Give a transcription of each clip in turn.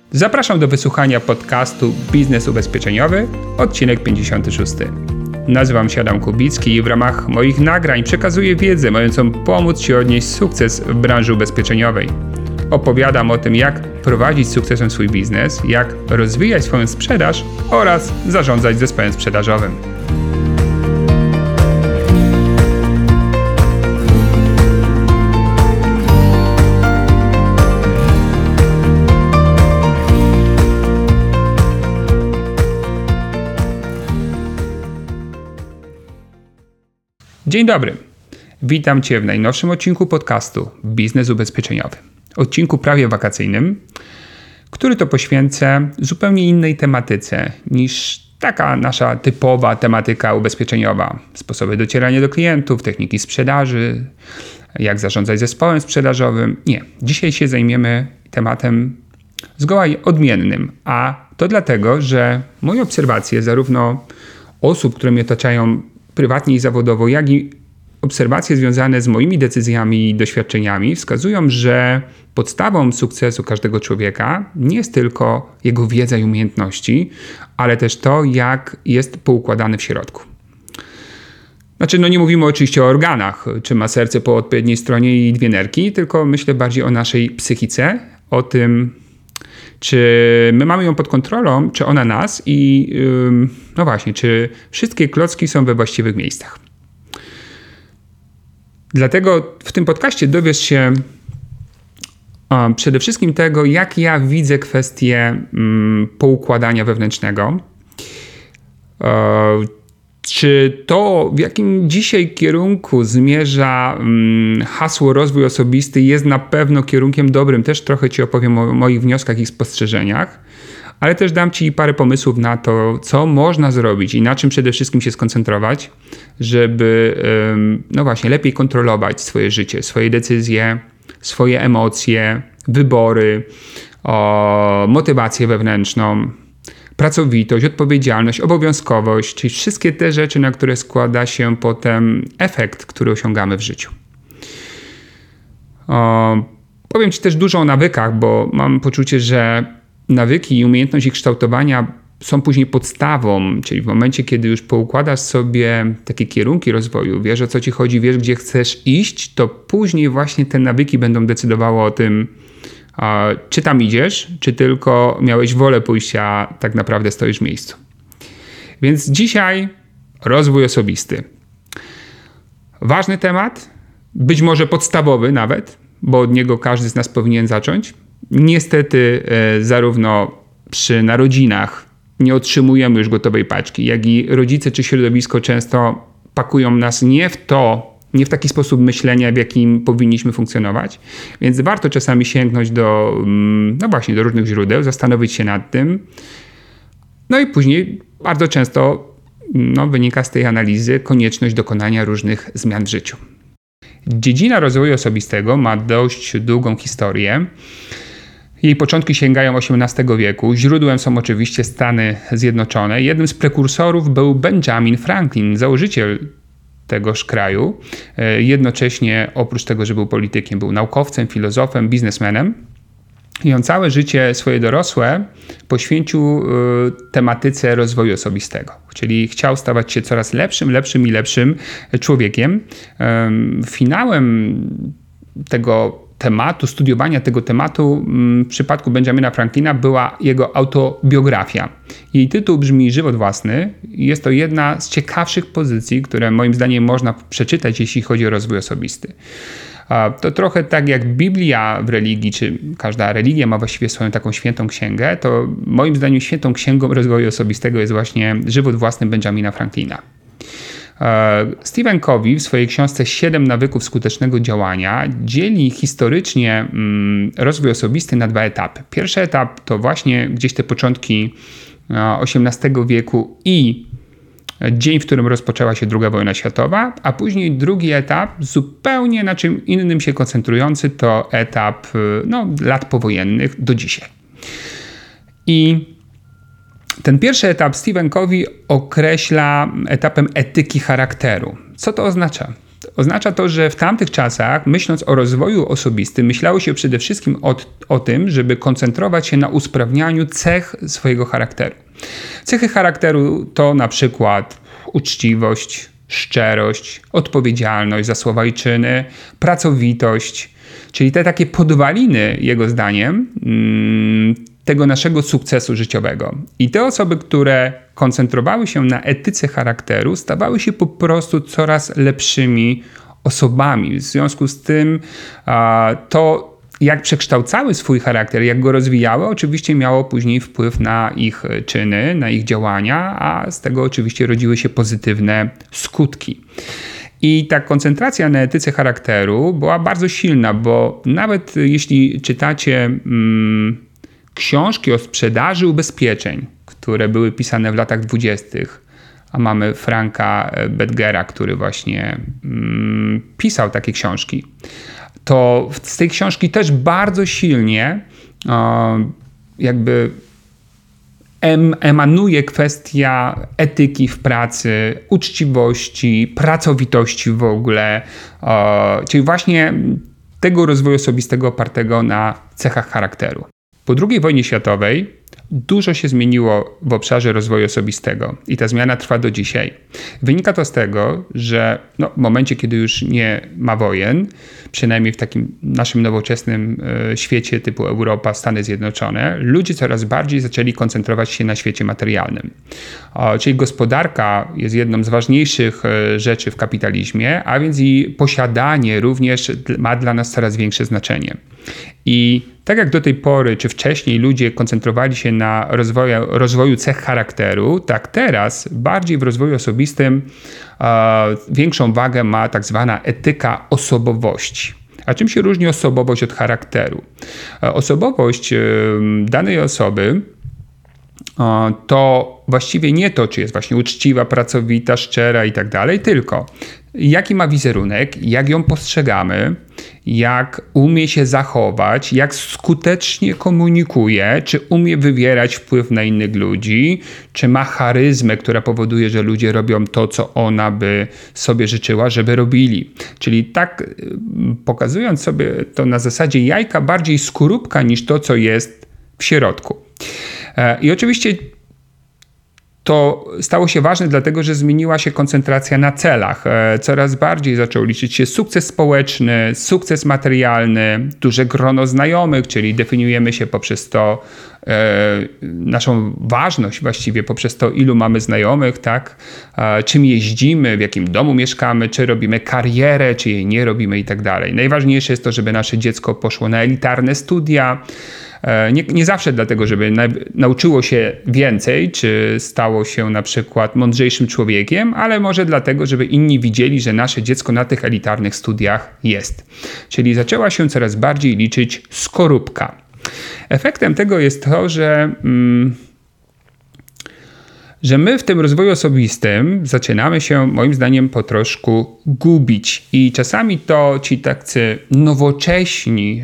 Zapraszam do wysłuchania podcastu Biznes Ubezpieczeniowy, odcinek 56. Nazywam się Adam Kubicki i w ramach moich nagrań przekazuję wiedzę mającą pomóc Ci odnieść sukces w branży ubezpieczeniowej. Opowiadam o tym, jak prowadzić z sukcesem swój biznes, jak rozwijać swoją sprzedaż oraz zarządzać zespołem sprzedażowym. Dzień dobry. Witam Cię w najnowszym odcinku podcastu Biznes Ubezpieczeniowy. Odcinku prawie wakacyjnym, który to poświęcę zupełnie innej tematyce niż taka nasza typowa tematyka ubezpieczeniowa. Sposoby docierania do klientów, techniki sprzedaży, jak zarządzać zespołem sprzedażowym. Nie, dzisiaj się zajmiemy tematem zgoła odmiennym, a to dlatego, że moje obserwacje zarówno osób, które mnie otaczają prywatnie i zawodowo, jak i obserwacje związane z moimi decyzjami i doświadczeniami wskazują, że podstawą sukcesu każdego człowieka nie jest tylko jego wiedza i umiejętności, ale też to, jak jest poukładany w środku. Nie mówimy oczywiście o organach, czy ma serce po odpowiedniej stronie i dwie nerki, tylko myślę bardziej o naszej psychice, o tym, czy my mamy ją pod kontrolą, czy ona nas i czy wszystkie klocki są we właściwych miejscach. Dlatego w tym podcaście dowiesz się przede wszystkim tego, jak ja widzę kwestię poukładania wewnętrznego. Czy to, w jakim dzisiaj kierunku zmierza hasło rozwój osobisty, jest na pewno kierunkiem dobrym. Też trochę Ci opowiem o moich wnioskach i spostrzeżeniach, ale też dam Ci parę pomysłów na to, co można zrobić i na czym przede wszystkim się skoncentrować, żeby lepiej kontrolować swoje życie, swoje decyzje, swoje emocje, wybory, motywację wewnętrzną, pracowitość, odpowiedzialność, obowiązkowość, czyli wszystkie te rzeczy, na które składa się potem efekt, który osiągamy w życiu. Powiem Ci też dużo o nawykach, bo mam poczucie, że nawyki i umiejętność ich kształtowania są później podstawą, czyli w momencie, kiedy już poukładasz sobie takie kierunki rozwoju, wiesz, o co Ci chodzi, wiesz, gdzie chcesz iść, to później właśnie te nawyki będą decydowały o tym, czy tam idziesz, czy tylko miałeś wolę pójścia, a tak naprawdę stoisz w miejscu. Więc dzisiaj rozwój osobisty. Ważny temat, być może podstawowy nawet, bo od niego każdy z nas powinien zacząć. Niestety zarówno przy narodzinach nie otrzymujemy już gotowej paczki, jak i rodzice czy środowisko często pakują nas nie w taki sposób myślenia, w jakim powinniśmy funkcjonować, więc warto czasami sięgnąć do różnych źródeł, zastanowić się nad tym. No i później bardzo często wynika z tej analizy konieczność dokonania różnych zmian w życiu. Dziedzina rozwoju osobistego ma dość długą historię. Jej początki sięgają XVIII wieku. Źródłem są oczywiście Stany Zjednoczone. Jednym z prekursorów był Benjamin Franklin, założyciel tegoż kraju. Jednocześnie oprócz tego, że był politykiem, był naukowcem, filozofem, biznesmenem. I on całe życie swoje dorosłe poświęcił tematyce rozwoju osobistego. Czyli chciał stawać się coraz lepszym człowiekiem. Finałem studiowania tego tematu w przypadku Benjamina Franklina była jego autobiografia. Jej tytuł brzmi Żywot własny i jest to jedna z ciekawszych pozycji, które moim zdaniem można przeczytać, jeśli chodzi o rozwój osobisty. To trochę tak jak Biblia w religii, czy każda religia ma właściwie swoją taką świętą księgę, to moim zdaniem świętą księgą rozwoju osobistego jest właśnie Żywot własny Benjamina Franklina. Stephen Covey w swojej książce 7 nawyków skutecznego działania dzieli historycznie rozwój osobisty na 2 etapy. Pierwszy etap to właśnie gdzieś te początki XVIII wieku i dzień, w którym rozpoczęła się II wojna światowa, a później drugi etap zupełnie na czym innym się koncentrujący to etap lat powojennych do dzisiaj. I ten pierwszy etap Stephen Covey określa etapem etyki charakteru. Co to oznacza? Oznacza to, że w tamtych czasach, myśląc o rozwoju osobistym, myślało się przede wszystkim o tym, żeby koncentrować się na usprawnianiu cech swojego charakteru. Cechy charakteru to na przykład uczciwość, szczerość, odpowiedzialność za słowa i czyny, pracowitość, czyli te takie podwaliny, jego zdaniem, tego naszego sukcesu życiowego. I te osoby, które koncentrowały się na etyce charakteru, stawały się po prostu coraz lepszymi osobami. W związku z tym to, jak przekształcały swój charakter, jak go rozwijały, oczywiście miało później wpływ na ich czyny, na ich działania, a z tego oczywiście rodziły się pozytywne skutki. I ta koncentracja na etyce charakteru była bardzo silna, bo nawet jeśli czytacie książki o sprzedaży ubezpieczeń, które były pisane w latach 20., a mamy Franka Bettgera, który właśnie pisał takie książki, to z tej książki też bardzo silnie jakby emanuje kwestia etyki w pracy, uczciwości, pracowitości w ogóle, czyli właśnie tego rozwoju osobistego opartego na cechach charakteru. Po II wojnie światowej dużo się zmieniło w obszarze rozwoju osobistego i ta zmiana trwa do dzisiaj. Wynika to z tego, że w momencie, kiedy już nie ma wojen, przynajmniej w takim naszym nowoczesnym świecie typu Europa, Stany Zjednoczone, ludzie coraz bardziej zaczęli koncentrować się na świecie materialnym. Czyli gospodarka jest jedną z ważniejszych rzeczy w kapitalizmie, a więc i posiadanie również ma dla nas coraz większe znaczenie. I tak jak do tej pory, czy wcześniej ludzie koncentrowali się na rozwoju cech charakteru, tak teraz bardziej w rozwoju osobistym większą wagę ma tak zwana etyka osobowości. A czym się różni osobowość od charakteru? Osobowość danej osoby to właściwie nie to, czy jest właśnie uczciwa, pracowita, szczera i tak dalej, tylko jaki ma wizerunek, jak ją postrzegamy, jak umie się zachować, jak skutecznie komunikuje, czy umie wywierać wpływ na innych ludzi, czy ma charyzmę, która powoduje, że ludzie robią to, co ona by sobie życzyła, żeby robili. Czyli tak pokazując sobie to na zasadzie jajka, bardziej skorupka niż to, co jest w środku. I oczywiście to stało się ważne dlatego, że zmieniła się koncentracja na celach. Coraz bardziej zaczął liczyć się sukces społeczny, sukces materialny, duże grono znajomych, czyli definiujemy się poprzez to naszą ważność właściwie, poprzez to, ilu mamy znajomych, tak? Czym jeździmy, w jakim domu mieszkamy, czy robimy karierę, czy jej nie robimy i tak dalej. Najważniejsze jest to, żeby nasze dziecko poszło na elitarne studia, nie zawsze dlatego, żeby nauczyło się więcej, czy stało się na przykład mądrzejszym człowiekiem, ale może dlatego, żeby inni widzieli, że nasze dziecko na tych elitarnych studiach jest. Czyli zaczęła się coraz bardziej liczyć skorupka. Efektem tego jest to, że my w tym rozwoju osobistym zaczynamy się, moim zdaniem, po troszku gubić. I czasami to ci tacy nowocześni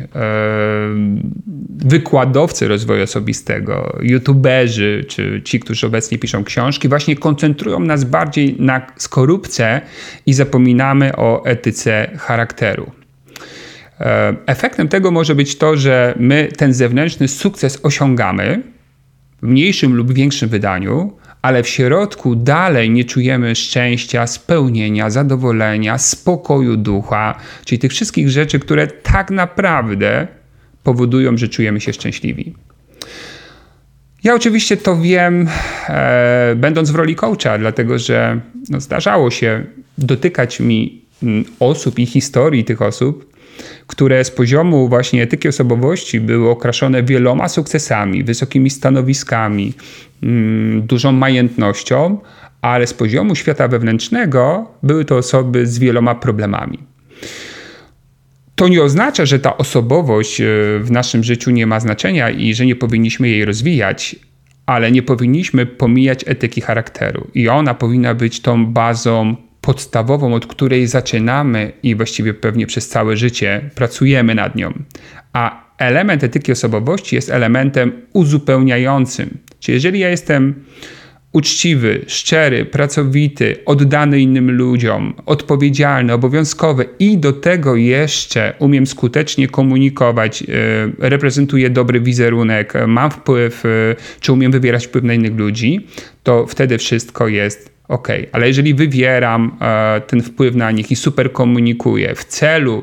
wykładowcy rozwoju osobistego, youtuberzy, czy ci, którzy obecnie piszą książki, właśnie koncentrują nas bardziej na skorupce i zapominamy o etyce charakteru. Efektem tego może być to, że my ten zewnętrzny sukces osiągamy w mniejszym lub większym wydaniu, ale w środku dalej nie czujemy szczęścia, spełnienia, zadowolenia, spokoju ducha, czyli tych wszystkich rzeczy, które tak naprawdę powodują, że czujemy się szczęśliwi. Ja oczywiście to wiem, będąc w roli coacha, dlatego że zdarzało się dotykać mi osób i historii tych osób, które z poziomu właśnie etyki osobowości były okraszone wieloma sukcesami, wysokimi stanowiskami, dużą majętnością, ale z poziomu świata wewnętrznego były to osoby z wieloma problemami. To nie oznacza, że ta osobowość w naszym życiu nie ma znaczenia i że nie powinniśmy jej rozwijać, ale nie powinniśmy pomijać etyki charakteru. I ona powinna być tą bazą podstawową, od której zaczynamy i właściwie pewnie przez całe życie pracujemy nad nią. A element etyki osobowości jest elementem uzupełniającym. Czyli jeżeli ja jestem uczciwy, szczery, pracowity, oddany innym ludziom, odpowiedzialny, obowiązkowy i do tego jeszcze umiem skutecznie komunikować, reprezentuję dobry wizerunek, mam wpływ, czy umiem wywierać wpływ na innych ludzi, to wtedy wszystko jest ok. Ale jeżeli wywieram ten wpływ na nich i super komunikuję w celu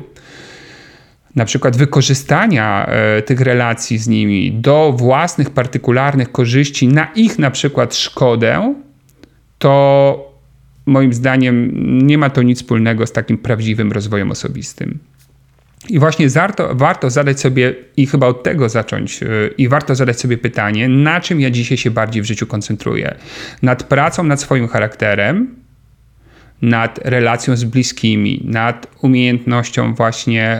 na przykład wykorzystania tych relacji z nimi do własnych partykularnych korzyści na ich na przykład szkodę, to moim zdaniem nie ma to nic wspólnego z takim prawdziwym rozwojem osobistym. I właśnie warto zadać sobie, i chyba od tego zacząć, i warto zadać sobie pytanie, na czym ja dzisiaj się bardziej w życiu koncentruję. Nad pracą nad swoim charakterem, nad relacją z bliskimi, nad umiejętnością właśnie,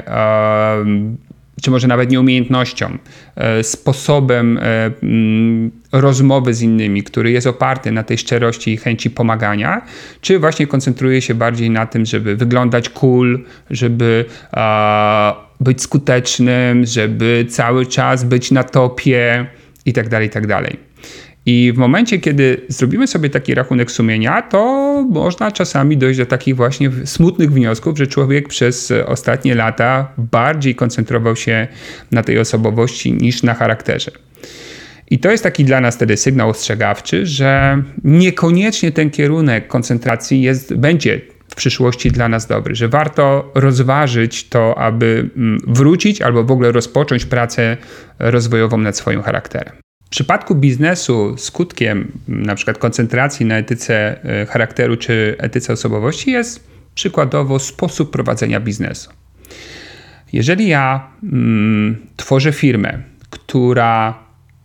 czy może nawet nie umiejętnością, sposobem rozmowy z innymi, który jest oparty na tej szczerości i chęci pomagania, czy właśnie koncentruje się bardziej na tym, żeby wyglądać cool, żeby być skutecznym, żeby cały czas być na topie i tak dalej, i tak dalej. I w momencie, kiedy zrobimy sobie taki rachunek sumienia, to można czasami dojść do takich właśnie smutnych wniosków, że człowiek przez ostatnie lata bardziej koncentrował się na tej osobowości niż na charakterze. I to jest taki dla nas wtedy sygnał ostrzegawczy, że niekoniecznie ten kierunek koncentracji będzie w przyszłości dla nas dobry, że warto rozważyć to, aby wrócić albo w ogóle rozpocząć pracę rozwojową nad swoim charakterem. W przypadku biznesu skutkiem na przykład koncentracji na etyce charakteru czy etyce osobowości jest przykładowo sposób prowadzenia biznesu. Jeżeli ja tworzę firmę, która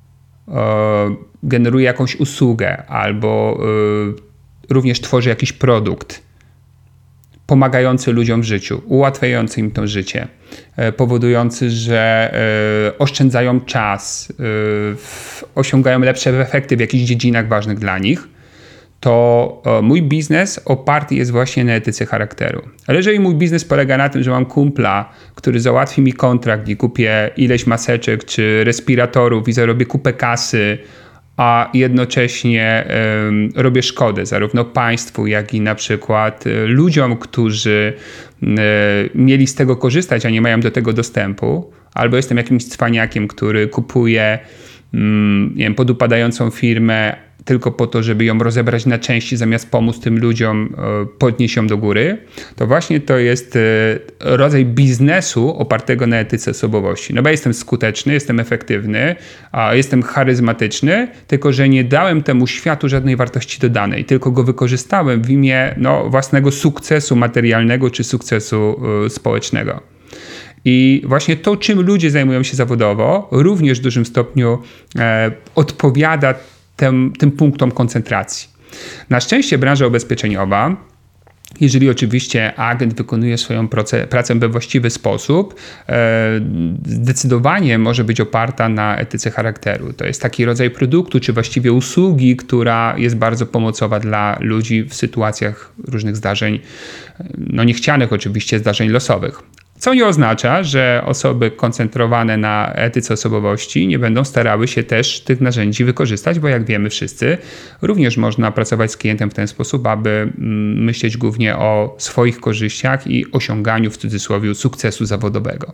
generuje jakąś usługę albo również tworzy jakiś produkt pomagający ludziom w życiu, ułatwiający im to życie, powodujący, że oszczędzają czas, osiągają lepsze efekty w jakichś dziedzinach ważnych dla nich, to mój biznes oparty jest właśnie na etyce charakteru. Ale jeżeli mój biznes polega na tym, że mam kumpla, który załatwi mi kontrakt i kupię ileś maseczek czy respiratorów i zarobię kupę kasy, a jednocześnie robię szkodę zarówno państwu, jak i na przykład ludziom, którzy mieli z tego korzystać, a nie mają do tego dostępu, albo jestem jakimś cwaniakiem, który kupuje nie wiem, podupadającą firmę tylko po to, żeby ją rozebrać na części, zamiast pomóc tym ludziom podnieść ją do góry, to właśnie to jest rodzaj biznesu opartego na etyce osobowości. No bo ja jestem skuteczny, jestem efektywny, jestem charyzmatyczny, tylko że nie dałem temu światu żadnej wartości dodanej, tylko go wykorzystałem w imię własnego sukcesu materialnego czy sukcesu społecznego. I właśnie to, czym ludzie zajmują się zawodowo, również w dużym stopniu odpowiada tym punktom koncentracji. Na szczęście branża ubezpieczeniowa, jeżeli oczywiście agent wykonuje swoją pracę we właściwy sposób, zdecydowanie może być oparta na etyce charakteru. To jest taki rodzaj produktu, czy właściwie usługi, która jest bardzo pomocowa dla ludzi w sytuacjach różnych zdarzeń, niechcianych oczywiście, zdarzeń losowych. Co nie oznacza, że osoby koncentrowane na etyce osobowości nie będą starały się też tych narzędzi wykorzystać, bo jak wiemy wszyscy, również można pracować z klientem w ten sposób, aby myśleć głównie o swoich korzyściach i osiąganiu w cudzysłowie sukcesu zawodowego.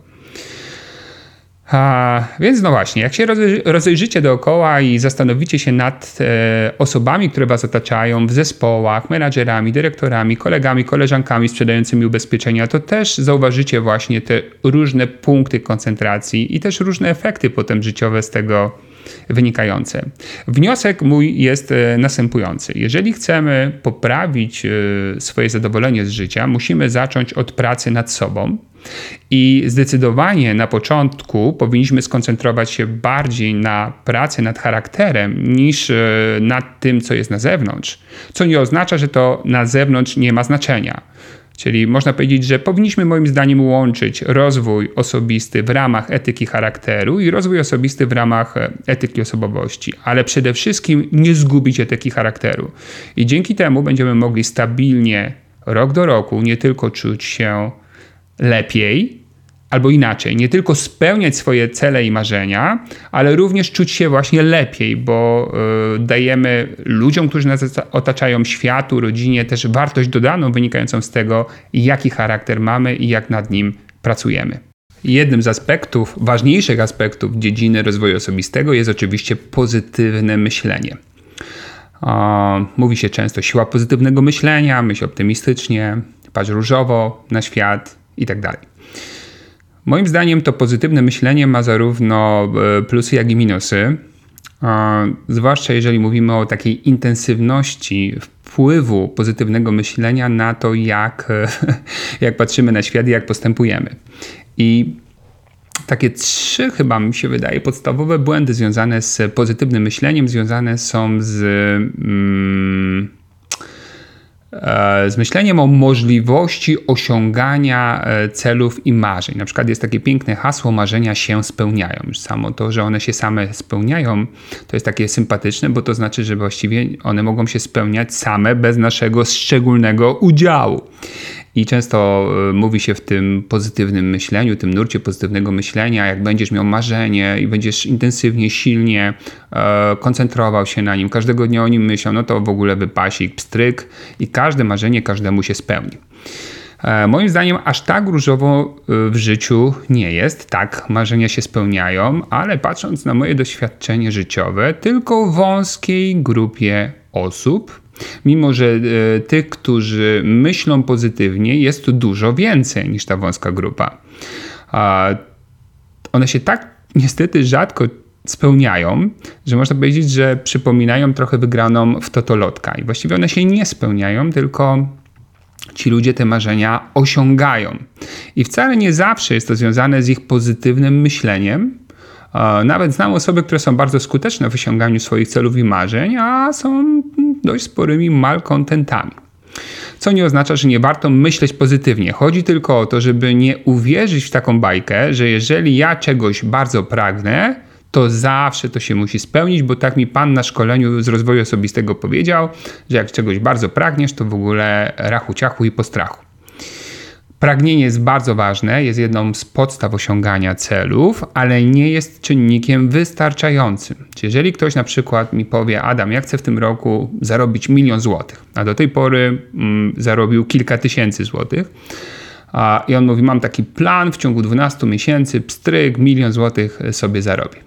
Więc właśnie, jak się rozejrzycie dookoła i zastanowicie się nad osobami, które was otaczają w zespołach, menadżerami, dyrektorami, kolegami, koleżankami sprzedającymi ubezpieczenia, to też zauważycie właśnie te różne punkty koncentracji i też różne efekty potem życiowe z tego wynikające. Wniosek mój jest następujący. Jeżeli chcemy poprawić swoje zadowolenie z życia, musimy zacząć od pracy nad sobą i zdecydowanie na początku powinniśmy skoncentrować się bardziej na pracy nad charakterem niż nad tym, co jest na zewnątrz, co nie oznacza, że to na zewnątrz nie ma znaczenia. Czyli można powiedzieć, że powinniśmy moim zdaniem łączyć rozwój osobisty w ramach etyki charakteru i rozwój osobisty w ramach etyki osobowości, ale przede wszystkim nie zgubić etyki charakteru. I dzięki temu będziemy mogli stabilnie rok do roku nie tylko czuć się lepiej, albo inaczej, nie tylko spełniać swoje cele i marzenia, ale również czuć się właśnie lepiej, bo dajemy ludziom, którzy nas otaczają, światu, rodzinie też wartość dodaną wynikającą z tego, jaki charakter mamy i jak nad nim pracujemy. Jednym z aspektów, ważniejszych aspektów dziedziny rozwoju osobistego jest oczywiście pozytywne myślenie. Mówi się często siła pozytywnego myślenia, myśl optymistycznie, patrz różowo na świat itd. Moim zdaniem to pozytywne myślenie ma zarówno plusy, jak i minusy. Zwłaszcza jeżeli mówimy o takiej intensywności wpływu pozytywnego myślenia na to, jak patrzymy na świat i jak postępujemy. I takie 3 chyba mi się wydaje podstawowe błędy związane z pozytywnym myśleniem związane są z myśleniem o możliwości osiągania celów i marzeń. Na przykład jest takie piękne hasło: marzenia się spełniają. Już samo to, że one się same spełniają, to jest takie sympatyczne, bo to znaczy, że właściwie one mogą się spełniać same bez naszego szczególnego udziału. I często mówi się w tym pozytywnym myśleniu, tym nurcie pozytywnego myślenia, jak będziesz miał marzenie i będziesz intensywnie, silnie koncentrował się na nim, każdego dnia o nim myślał, no to w ogóle wypasik, pstryk i każde marzenie każdemu się spełni. Moim zdaniem aż tak różowo w życiu nie jest. Tak, marzenia się spełniają, ale patrząc na moje doświadczenie życiowe, tylko wąskiej grupie osób. Mimo że tych, którzy myślą pozytywnie, jest tu dużo więcej niż ta wąska grupa. One się tak niestety rzadko spełniają, że można powiedzieć, że przypominają trochę wygraną w totolotka. I właściwie one się nie spełniają, tylko ci ludzie te marzenia osiągają. I wcale nie zawsze jest to związane z ich pozytywnym myśleniem. Nawet znam osoby, które są bardzo skuteczne w osiąganiu swoich celów i marzeń, a są dość sporymi malkontentami. Co nie oznacza, że nie warto myśleć pozytywnie. Chodzi tylko o to, żeby nie uwierzyć w taką bajkę, że jeżeli ja czegoś bardzo pragnę, to zawsze to się musi spełnić, bo tak mi pan na szkoleniu z rozwoju osobistego powiedział, że jak czegoś bardzo pragniesz, to w ogóle rachu, ciachu i postrachu. Pragnienie jest bardzo ważne, jest jedną z podstaw osiągania celów, ale nie jest czynnikiem wystarczającym. Czyli jeżeli ktoś na przykład mi powie: Adam, ja chcę w tym roku zarobić 1 000 000 złotych, a do tej pory zarobił kilka tysięcy złotych, i on mówi: mam taki plan, w ciągu 12 miesięcy, pstryk, 1 000 000 złotych sobie zarobię.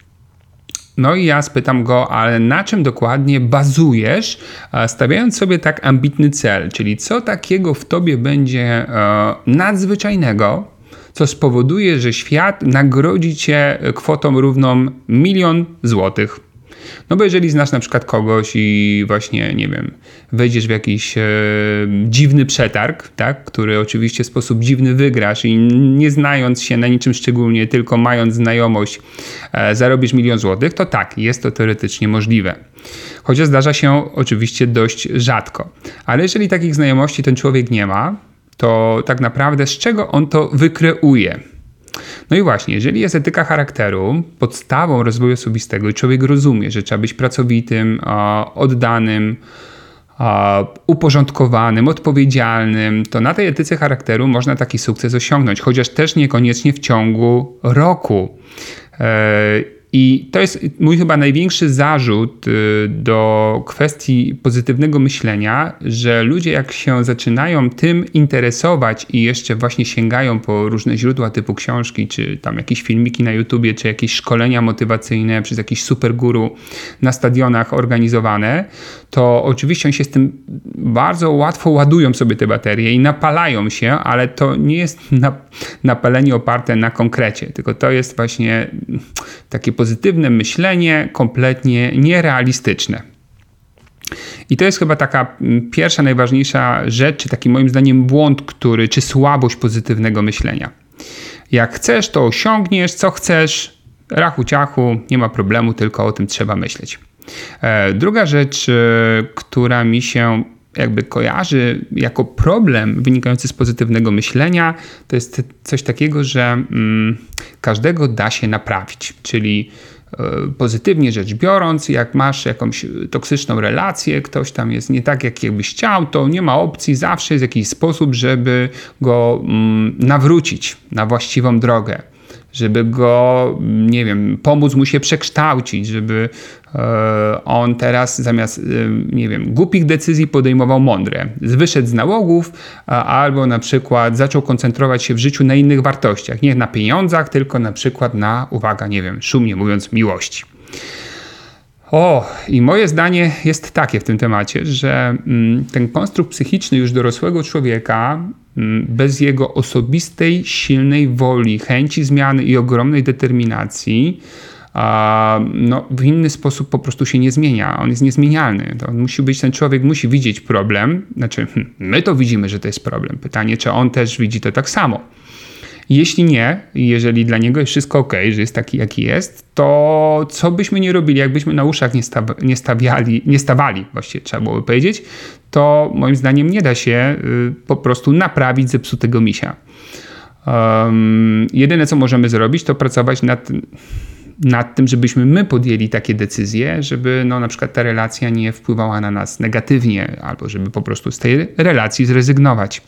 No i ja spytam go: ale na czym dokładnie bazujesz, stawiając sobie tak ambitny cel? Czyli co takiego w tobie będzie nadzwyczajnego, co spowoduje, że świat nagrodzi cię kwotą równą 1 000 000 złotych? No bo jeżeli znasz na przykład kogoś i właśnie, nie wiem, wejdziesz w jakiś dziwny przetarg, tak, który oczywiście w sposób dziwny wygrasz i nie znając się na niczym szczególnie, tylko mając znajomość, zarobisz 1 000 000 złotych, to tak, jest to teoretycznie możliwe. Chociaż zdarza się oczywiście dość rzadko. Ale jeżeli takich znajomości ten człowiek nie ma, to tak naprawdę z czego on to wykreuje? No i właśnie, jeżeli jest etyka charakteru podstawą rozwoju osobistego i człowiek rozumie, że trzeba być pracowitym, oddanym, uporządkowanym, odpowiedzialnym, to na tej etyce charakteru można taki sukces osiągnąć, chociaż też niekoniecznie w ciągu roku. I to jest mój chyba największy zarzut do kwestii pozytywnego myślenia, że ludzie jak się zaczynają tym interesować i jeszcze właśnie sięgają po różne źródła typu książki, czy tam jakieś filmiki na YouTubie, czy jakieś szkolenia motywacyjne przez jakiś superguru na stadionach organizowane, to oczywiście oni się z tym bardzo łatwo ładują sobie te baterie i napalają się, ale to nie jest napalenie oparte na konkrecie, tylko to jest właśnie takie pozytywne myślenie kompletnie nierealistyczne. I to jest chyba taka pierwsza, najważniejsza rzecz, czy taki moim zdaniem błąd, czy słabość pozytywnego myślenia. Jak chcesz, to osiągniesz, co chcesz, rachu ciachu, nie ma problemu, tylko o tym trzeba myśleć. Druga rzecz, która mi się jakby kojarzy jako problem wynikający z pozytywnego myślenia, to jest coś takiego, że każdego da się naprawić. Czyli pozytywnie rzecz biorąc, jak masz jakąś toksyczną relację, ktoś tam jest nie tak, jakbyś chciał, to nie ma opcji, zawsze jest jakiś sposób, żeby go nawrócić na właściwą drogę, żeby go, nie wiem, pomóc mu się przekształcić, żeby on teraz zamiast, nie wiem, głupich decyzji podejmował mądre. Wyszedł z nałogów albo na przykład zaczął koncentrować się w życiu na innych wartościach. Nie na pieniądzach, tylko na przykład na, uwaga, nie wiem, szumnie mówiąc, miłości. I moje zdanie jest takie w tym temacie, że ten konstrukt psychiczny już dorosłego człowieka bez jego osobistej, silnej woli, chęci zmiany i ogromnej determinacji w inny sposób po prostu się nie zmienia. On jest niezmienialny. To musi być, ten człowiek musi widzieć problem. Znaczy, my to widzimy, że to jest problem. Pytanie, czy on też widzi to tak samo. Jeśli nie, jeżeli dla niego jest wszystko okej, że jest taki, jaki jest, to co byśmy nie robili, jakbyśmy na uszach nie stawali, właściwie trzeba byłoby powiedzieć, to moim zdaniem nie da się po prostu naprawić zepsutego misia. Jedyne, co możemy zrobić, to pracować nad tym, żebyśmy my podjęli takie decyzje, żeby na przykład ta relacja nie wpływała na nas negatywnie, albo żeby po prostu z tej relacji zrezygnować.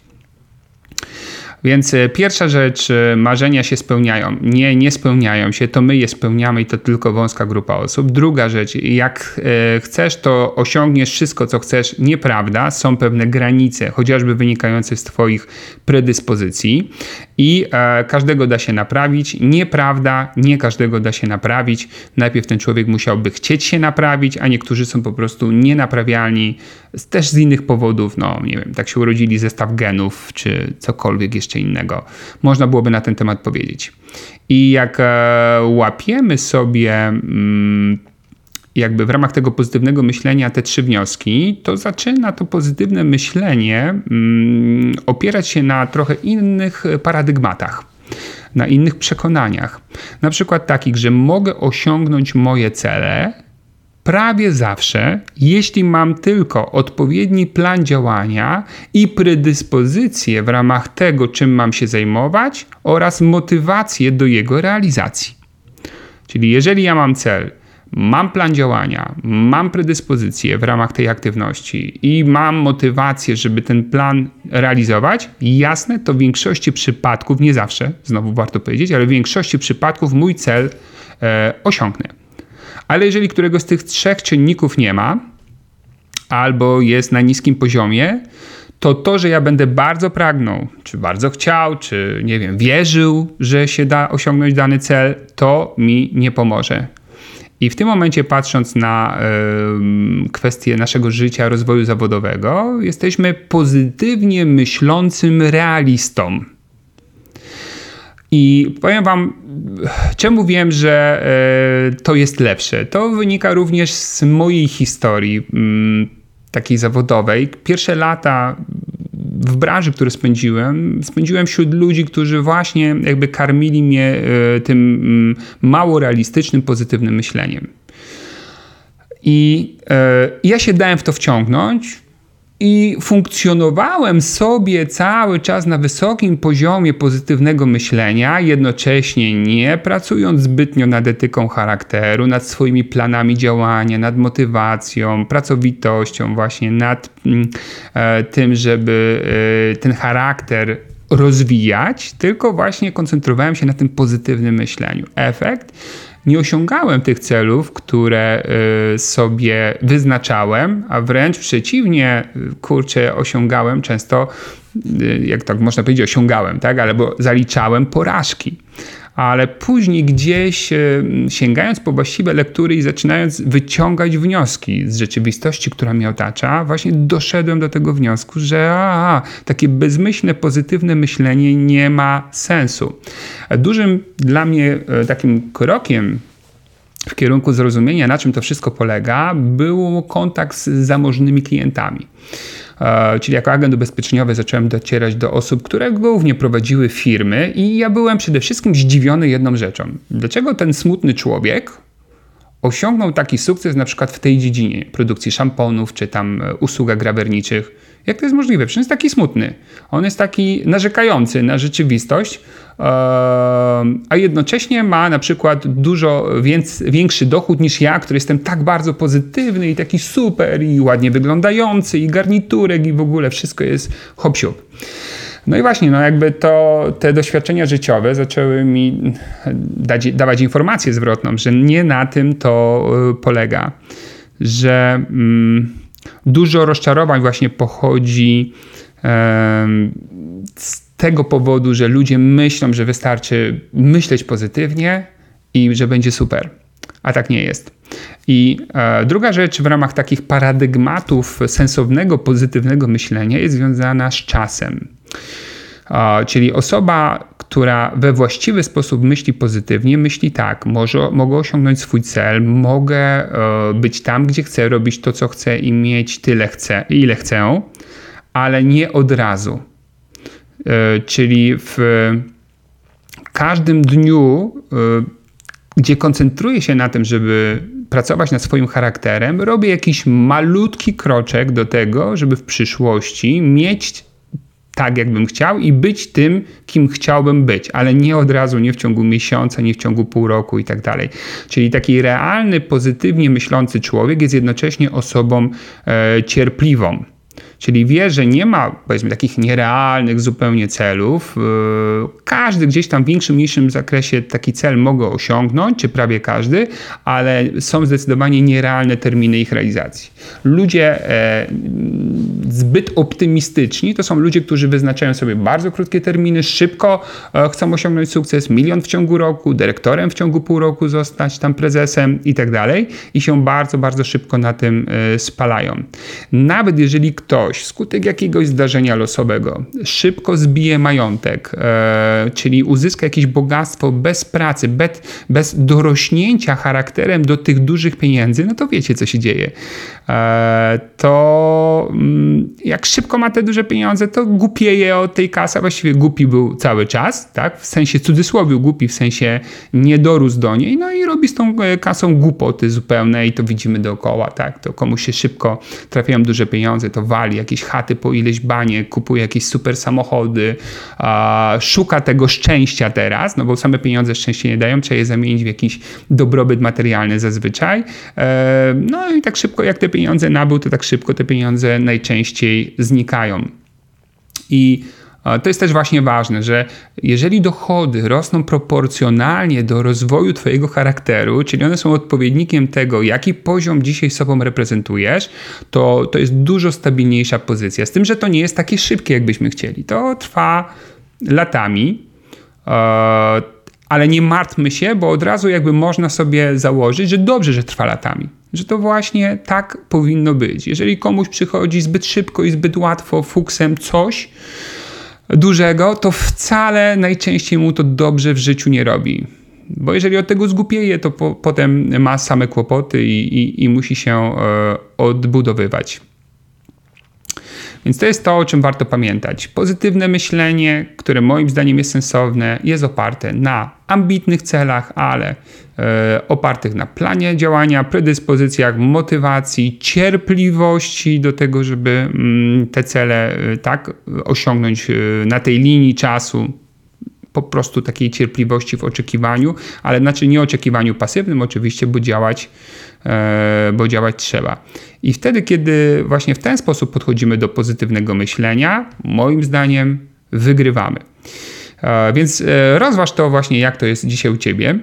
Więc pierwsza rzecz, marzenia się spełniają. Nie spełniają się, to my je spełniamy i to tylko wąska grupa osób. Druga rzecz, jak chcesz, to osiągniesz wszystko, co chcesz. Nieprawda, są pewne granice, chociażby wynikające z twoich predyspozycji i każdego da się naprawić. Nieprawda, nie każdego da się naprawić. Najpierw ten człowiek musiałby chcieć się naprawić, a niektórzy są po prostu nienaprawialni, też z innych powodów, nie wiem, tak się urodzili, zestaw genów, czy cokolwiek jeszcze innego. Można byłoby na ten temat powiedzieć. I jak łapiemy sobie jakby w ramach tego pozytywnego myślenia te 3 wnioski, to zaczyna to pozytywne myślenie opierać się na trochę innych paradygmatach, na innych przekonaniach. Na przykład takich, że mogę osiągnąć moje cele prawie zawsze, jeśli mam tylko odpowiedni plan działania i predyspozycje w ramach tego, czym mam się zajmować oraz motywację do jego realizacji. Czyli jeżeli ja mam cel, mam plan działania, mam predyspozycje w ramach tej aktywności i mam motywację, żeby ten plan realizować, jasne, to w większości przypadków, nie zawsze, znowu warto powiedzieć, ale w większości przypadków mój cel osiągnę. Ale jeżeli któregoś z tych 3 czynników nie ma, albo jest na niskim poziomie, to, że ja będę bardzo pragnął, czy bardzo chciał, czy nie wiem, wierzył, że się da osiągnąć dany cel, to mi nie pomoże. I w tym momencie, patrząc na kwestię naszego życia, rozwoju zawodowego, jesteśmy pozytywnie myślącym realistą. I powiem wam, czemu wiem, że to jest lepsze. To wynika również z mojej historii takiej zawodowej. Pierwsze lata w branży, które spędziłem wśród ludzi, którzy właśnie jakby karmili mnie tym mało realistycznym, pozytywnym myśleniem. I ja się dałem w to wciągnąć i funkcjonowałem sobie cały czas na wysokim poziomie pozytywnego myślenia, jednocześnie nie pracując zbytnio nad etyką charakteru, nad swoimi planami działania, nad motywacją, pracowitością, właśnie nad tym, żeby ten charakter rozwijać, tylko właśnie koncentrowałem się na tym pozytywnym myśleniu. Efekt? Nie osiągałem tych celów, które sobie wyznaczałem, a wręcz przeciwnie, osiągałem często, jak tak można powiedzieć, osiągałem, tak? Albo zaliczałem porażki. Ale później gdzieś sięgając po właściwe lektury i zaczynając wyciągać wnioski z rzeczywistości, która mnie otacza, właśnie doszedłem do tego wniosku, że takie bezmyślne, pozytywne myślenie nie ma sensu. Dużym dla mnie takim krokiem w kierunku zrozumienia, na czym to wszystko polega, był kontakt z zamożnymi klientami. Czyli jako agent ubezpieczeniowy zacząłem docierać do osób, które głównie prowadziły firmy i ja byłem przede wszystkim zdziwiony jedną rzeczą. Dlaczego ten smutny człowiek osiągnął taki sukces na przykład w tej dziedzinie produkcji szamponów czy tam usługach grawerniczych Jak to jest możliwe? Przecież on jest taki smutny. On jest taki narzekający na rzeczywistość, a jednocześnie ma na przykład dużo większy dochód niż ja, który jestem tak bardzo pozytywny i taki super i ładnie wyglądający i garniturek i w ogóle wszystko jest hop-siup. No i właśnie, jakby te doświadczenia życiowe zaczęły mi dawać informację zwrotną, że nie na tym to polega, że dużo rozczarowań właśnie pochodzi z tego powodu, że ludzie myślą, że wystarczy myśleć pozytywnie i że będzie super. A tak nie jest. I druga rzecz w ramach takich paradygmatów sensownego, pozytywnego myślenia jest związana z czasem. Czyli osoba, która we właściwy sposób myśli pozytywnie, myśli tak, mogę osiągnąć swój cel, mogę być tam, gdzie chcę, robić to, co chcę i mieć tyle ile chcę, ale nie od razu. Czyli w każdym dniu, gdzie koncentruję się na tym, żeby pracować nad swoim charakterem, robię jakiś malutki kroczek do tego, żeby w przyszłości mieć tak, jakbym chciał i być tym, kim chciałbym być, ale nie od razu, nie w ciągu miesiąca, nie w ciągu pół roku i tak dalej. Czyli taki realny, pozytywnie myślący człowiek jest jednocześnie osobą cierpliwą. Czyli wie, że nie ma, powiedzmy, takich nierealnych zupełnie celów. Każdy gdzieś tam w większym, mniejszym zakresie taki cel mogę osiągnąć, czy prawie każdy, ale są zdecydowanie nierealne terminy ich realizacji. Ludzie zbyt optymistyczni to są ludzie, którzy wyznaczają sobie bardzo krótkie terminy, szybko chcą osiągnąć sukces, 1 milion w ciągu roku, dyrektorem w ciągu pół roku zostać, tam prezesem i tak dalej i się bardzo, bardzo szybko na tym spalają. Nawet jeżeli ktoś wskutek jakiegoś zdarzenia losowego szybko zbije majątek, czyli uzyska jakieś bogactwo bez pracy, bez dorośnięcia charakterem do tych dużych pieniędzy, no to wiecie, co się dzieje. To jak szybko ma te duże pieniądze, to głupieje od tej kasy, właściwie głupi był cały czas, tak? W sensie cudzysłowiu głupi, w sensie nie dorósł do niej, no i robi z tą kasą głupoty zupełne i to widzimy dookoła, tak? To komuś się szybko trafiają duże pieniądze, to wali jakieś chaty po ileś banie, kupuje jakieś super samochody, szuka tego szczęścia teraz, no bo same pieniądze szczęście nie dają, trzeba je zamienić w jakiś dobrobyt materialny zazwyczaj. No i tak szybko jak te pieniądze nabył, to tak szybko te pieniądze najczęściej znikają. I to jest też właśnie ważne, że jeżeli dochody rosną proporcjonalnie do rozwoju twojego charakteru, czyli one są odpowiednikiem tego, jaki poziom dzisiaj sobą reprezentujesz, to jest dużo stabilniejsza pozycja. Z tym, że to nie jest takie szybkie, jakbyśmy chcieli. To trwa latami, ale nie martwmy się, bo od razu jakby można sobie założyć, że dobrze, że trwa latami. Że to właśnie tak powinno być. Jeżeli komuś przychodzi zbyt szybko i zbyt łatwo fuksem coś dużego, to wcale najczęściej mu to dobrze w życiu nie robi. Bo jeżeli od tego zgłupieje, to potem ma same kłopoty i musi się odbudowywać. Więc to jest to, o czym warto pamiętać. Pozytywne myślenie, które moim zdaniem jest sensowne, jest oparte na ambitnych celach, ale opartych na planie działania, predyspozycjach, motywacji, cierpliwości do tego, żeby te cele tak osiągnąć na tej linii czasu. Po prostu takiej cierpliwości w oczekiwaniu, ale znaczy nie oczekiwaniu pasywnym oczywiście, bo działać trzeba. I wtedy, kiedy właśnie w ten sposób podchodzimy do pozytywnego myślenia, moim zdaniem wygrywamy. Więc rozważ to właśnie, jak to jest dzisiaj u ciebie.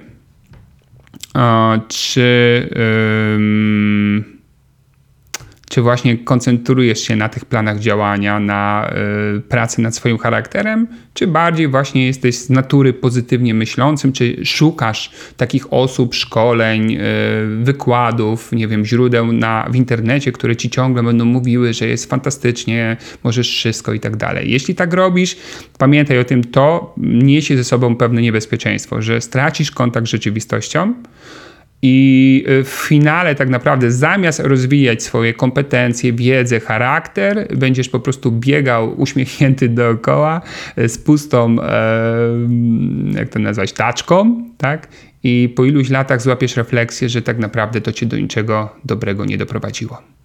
Czy właśnie koncentrujesz się na tych planach działania, na pracy nad swoim charakterem, czy bardziej właśnie jesteś z natury pozytywnie myślącym, czy szukasz takich osób, szkoleń, wykładów, nie wiem, źródeł w internecie, które ci ciągle będą mówiły, że jest fantastycznie, możesz wszystko i tak dalej. Jeśli tak robisz, pamiętaj o tym, to niesie ze sobą pewne niebezpieczeństwo, że stracisz kontakt z rzeczywistością, i w finale tak naprawdę zamiast rozwijać swoje kompetencje, wiedzę, charakter, będziesz po prostu biegał uśmiechnięty dookoła z pustą, jak to nazwać, taczką, tak? I po iluś latach złapiesz refleksję, że tak naprawdę to cię do niczego dobrego nie doprowadziło.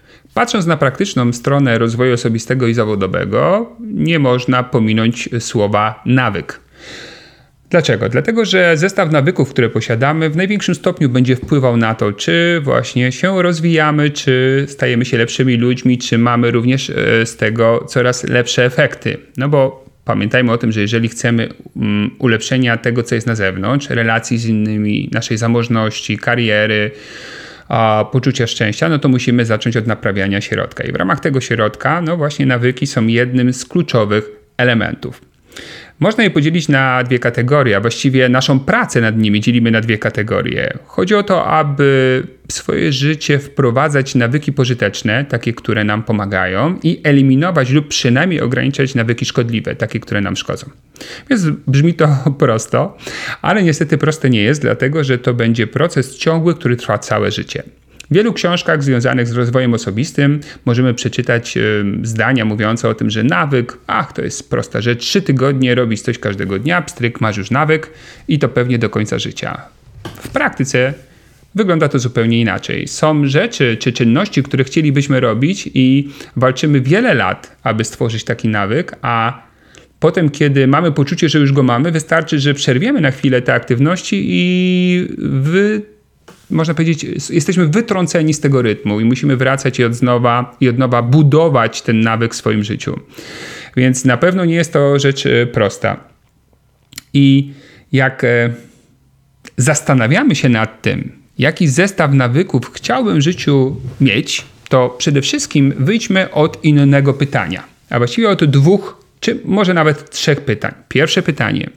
Patrząc na praktyczną stronę rozwoju osobistego i zawodowego, nie można pominąć słowa nawyk. Dlaczego? Dlatego, że zestaw nawyków, które posiadamy, w największym stopniu będzie wpływał na to, czy właśnie się rozwijamy, czy stajemy się lepszymi ludźmi, czy mamy również z tego coraz lepsze efekty. No bo pamiętajmy o tym, że jeżeli chcemy ulepszenia tego, co jest na zewnątrz, relacji z innymi, naszej zamożności, kariery, poczucia szczęścia, no to musimy zacząć od naprawiania środka. I w ramach tego środka, no właśnie nawyki są jednym z kluczowych elementów. Można je podzielić na dwie kategorie, a właściwie naszą pracę nad nimi dzielimy na dwie kategorie. Chodzi o to, aby w swoje życie wprowadzać nawyki pożyteczne, takie, które nam pomagają, i eliminować lub przynajmniej ograniczać nawyki szkodliwe, takie, które nam szkodzą. Więc brzmi to prosto, ale niestety proste nie jest, dlatego że to będzie proces ciągły, który trwa całe życie. W wielu książkach związanych z rozwojem osobistym możemy przeczytać zdania mówiące o tym, że nawyk, to jest prosta rzecz, 3 tygodnie robić coś każdego dnia, pstryk, masz już nawyk i to pewnie do końca życia. W praktyce wygląda to zupełnie inaczej. Są rzeczy czy czynności, które chcielibyśmy robić i walczymy wiele lat, aby stworzyć taki nawyk, a potem, kiedy mamy poczucie, że już go mamy, wystarczy, że przerwiemy na chwilę te aktywności i można powiedzieć, jesteśmy wytrąceni z tego rytmu i musimy wracać i od nowa budować ten nawyk w swoim życiu. Więc na pewno nie jest to rzecz prosta. I jak zastanawiamy się nad tym, jaki zestaw nawyków chciałbym w życiu mieć, to przede wszystkim wyjdźmy od innego pytania, a właściwie od 2 czy może nawet 3 pytań. Pierwsze pytanie,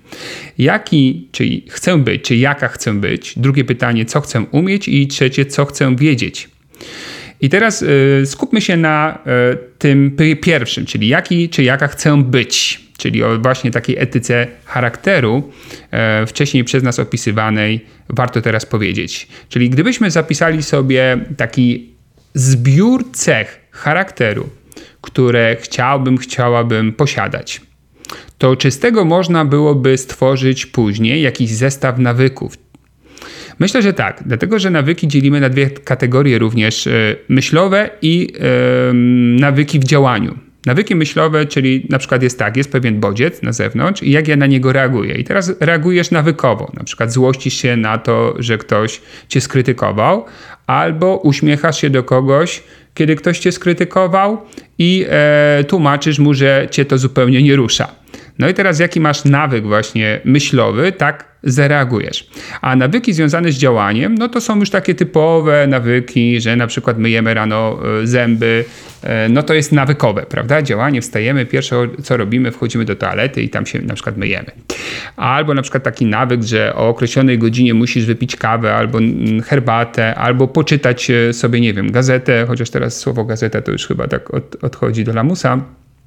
czyli chcę być, czy jaka chcę być. Drugie pytanie, co chcę umieć. I trzecie, co chcę wiedzieć. I teraz skupmy się na tym pierwszym, czyli jaki czy jaka chcę być. Czyli o właśnie takiej etyce charakteru, wcześniej przez nas opisywanej, warto teraz powiedzieć. Czyli gdybyśmy zapisali sobie taki zbiór cech charakteru, które chciałabym posiadać, to czy z tego można byłoby stworzyć później jakiś zestaw nawyków? Myślę, że tak, dlatego że nawyki dzielimy na 2 kategorie również myślowe i nawyki w działaniu. Nawyki myślowe, czyli na przykład jest pewien bodziec na zewnątrz i jak ja na niego reaguję. I teraz reagujesz nawykowo, na przykład złościsz się na to, że ktoś cię skrytykował, albo uśmiechasz się do kogoś, kiedy ktoś cię skrytykował i tłumaczysz mu, że cię to zupełnie nie rusza. No i teraz jaki masz nawyk właśnie myślowy, tak zareagujesz. A nawyki związane z działaniem, no to są już takie typowe nawyki, że na przykład myjemy rano zęby, no to jest nawykowe, prawda? Działanie, wstajemy, pierwsze co robimy, wchodzimy do toalety i tam się na przykład myjemy. Albo na przykład taki nawyk, że o określonej godzinie musisz wypić kawę albo herbatę, albo poczytać sobie, nie wiem, gazetę, chociaż teraz słowo gazeta to już chyba tak odchodzi do lamusa.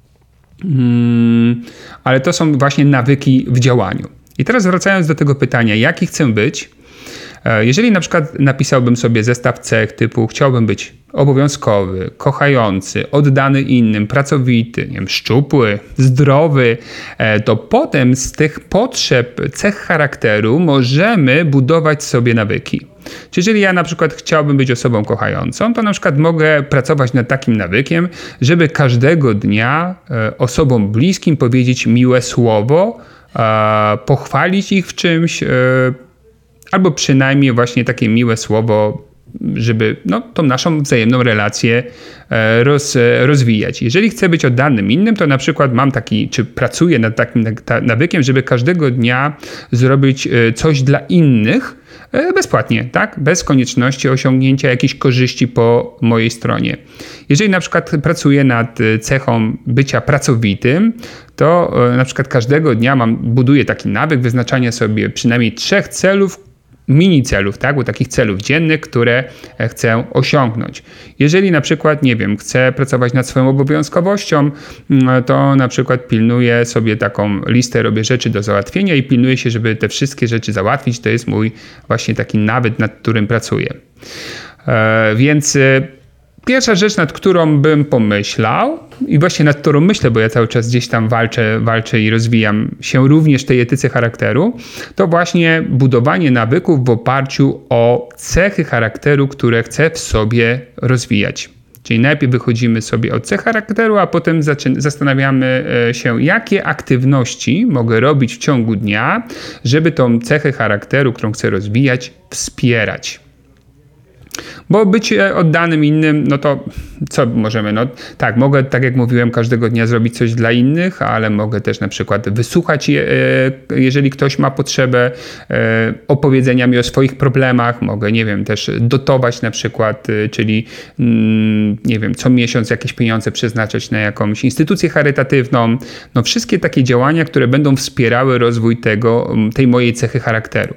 Ale to są właśnie nawyki w działaniu. I teraz wracając do tego pytania, jaki chcę być, jeżeli na przykład napisałbym sobie zestaw cech typu chciałbym być obowiązkowy, kochający, oddany innym, pracowity, nie wiem, szczupły, zdrowy, to potem z tych potrzeb, cech charakteru możemy budować sobie nawyki. Czyli jeżeli ja na przykład chciałbym być osobą kochającą, to na przykład mogę pracować nad takim nawykiem, żeby każdego dnia osobom bliskim powiedzieć miłe słowo, pochwalić ich w czymś, albo przynajmniej właśnie takie miłe słowo, żeby tą naszą wzajemną relację rozwijać. Jeżeli chcę być oddanym innym, to na przykład pracuję nad takim nawykiem, żeby każdego dnia zrobić coś dla innych bezpłatnie, tak? Bez konieczności osiągnięcia jakichś korzyści po mojej stronie. Jeżeli na przykład pracuję nad cechą bycia pracowitym, to na przykład każdego dnia buduję taki nawyk wyznaczania sobie przynajmniej 3 celów, mini celów, tak? Bo takich celów dziennych, które chcę osiągnąć. Jeżeli na przykład, nie wiem, chcę pracować nad swoją obowiązkowością, to na przykład pilnuję sobie taką listę, robię rzeczy do załatwienia i pilnuję się, żeby te wszystkie rzeczy załatwić. To jest mój właśnie taki nawyk, nad którym pracuję. Więc pierwsza rzecz, nad którą bym pomyślał i właśnie nad którą myślę, bo ja cały czas gdzieś tam walczę i rozwijam się również w tej etyce charakteru, to właśnie budowanie nawyków w oparciu o cechy charakteru, które chcę w sobie rozwijać. Czyli najpierw wychodzimy sobie od cech charakteru, a potem zastanawiamy się, jakie aktywności mogę robić w ciągu dnia, żeby tą cechę charakteru, którą chcę rozwijać, wspierać. Bo bycie oddanym innym, no to co możemy? No tak, mogę, tak jak mówiłem, każdego dnia zrobić coś dla innych, ale mogę też na przykład wysłuchać, jeżeli ktoś ma potrzebę opowiedzenia mi o swoich problemach. Mogę, nie wiem, też dotować na przykład, czyli nie wiem, co miesiąc jakieś pieniądze przeznaczać na jakąś instytucję charytatywną. No wszystkie takie działania, które będą wspierały rozwój tej mojej cechy charakteru.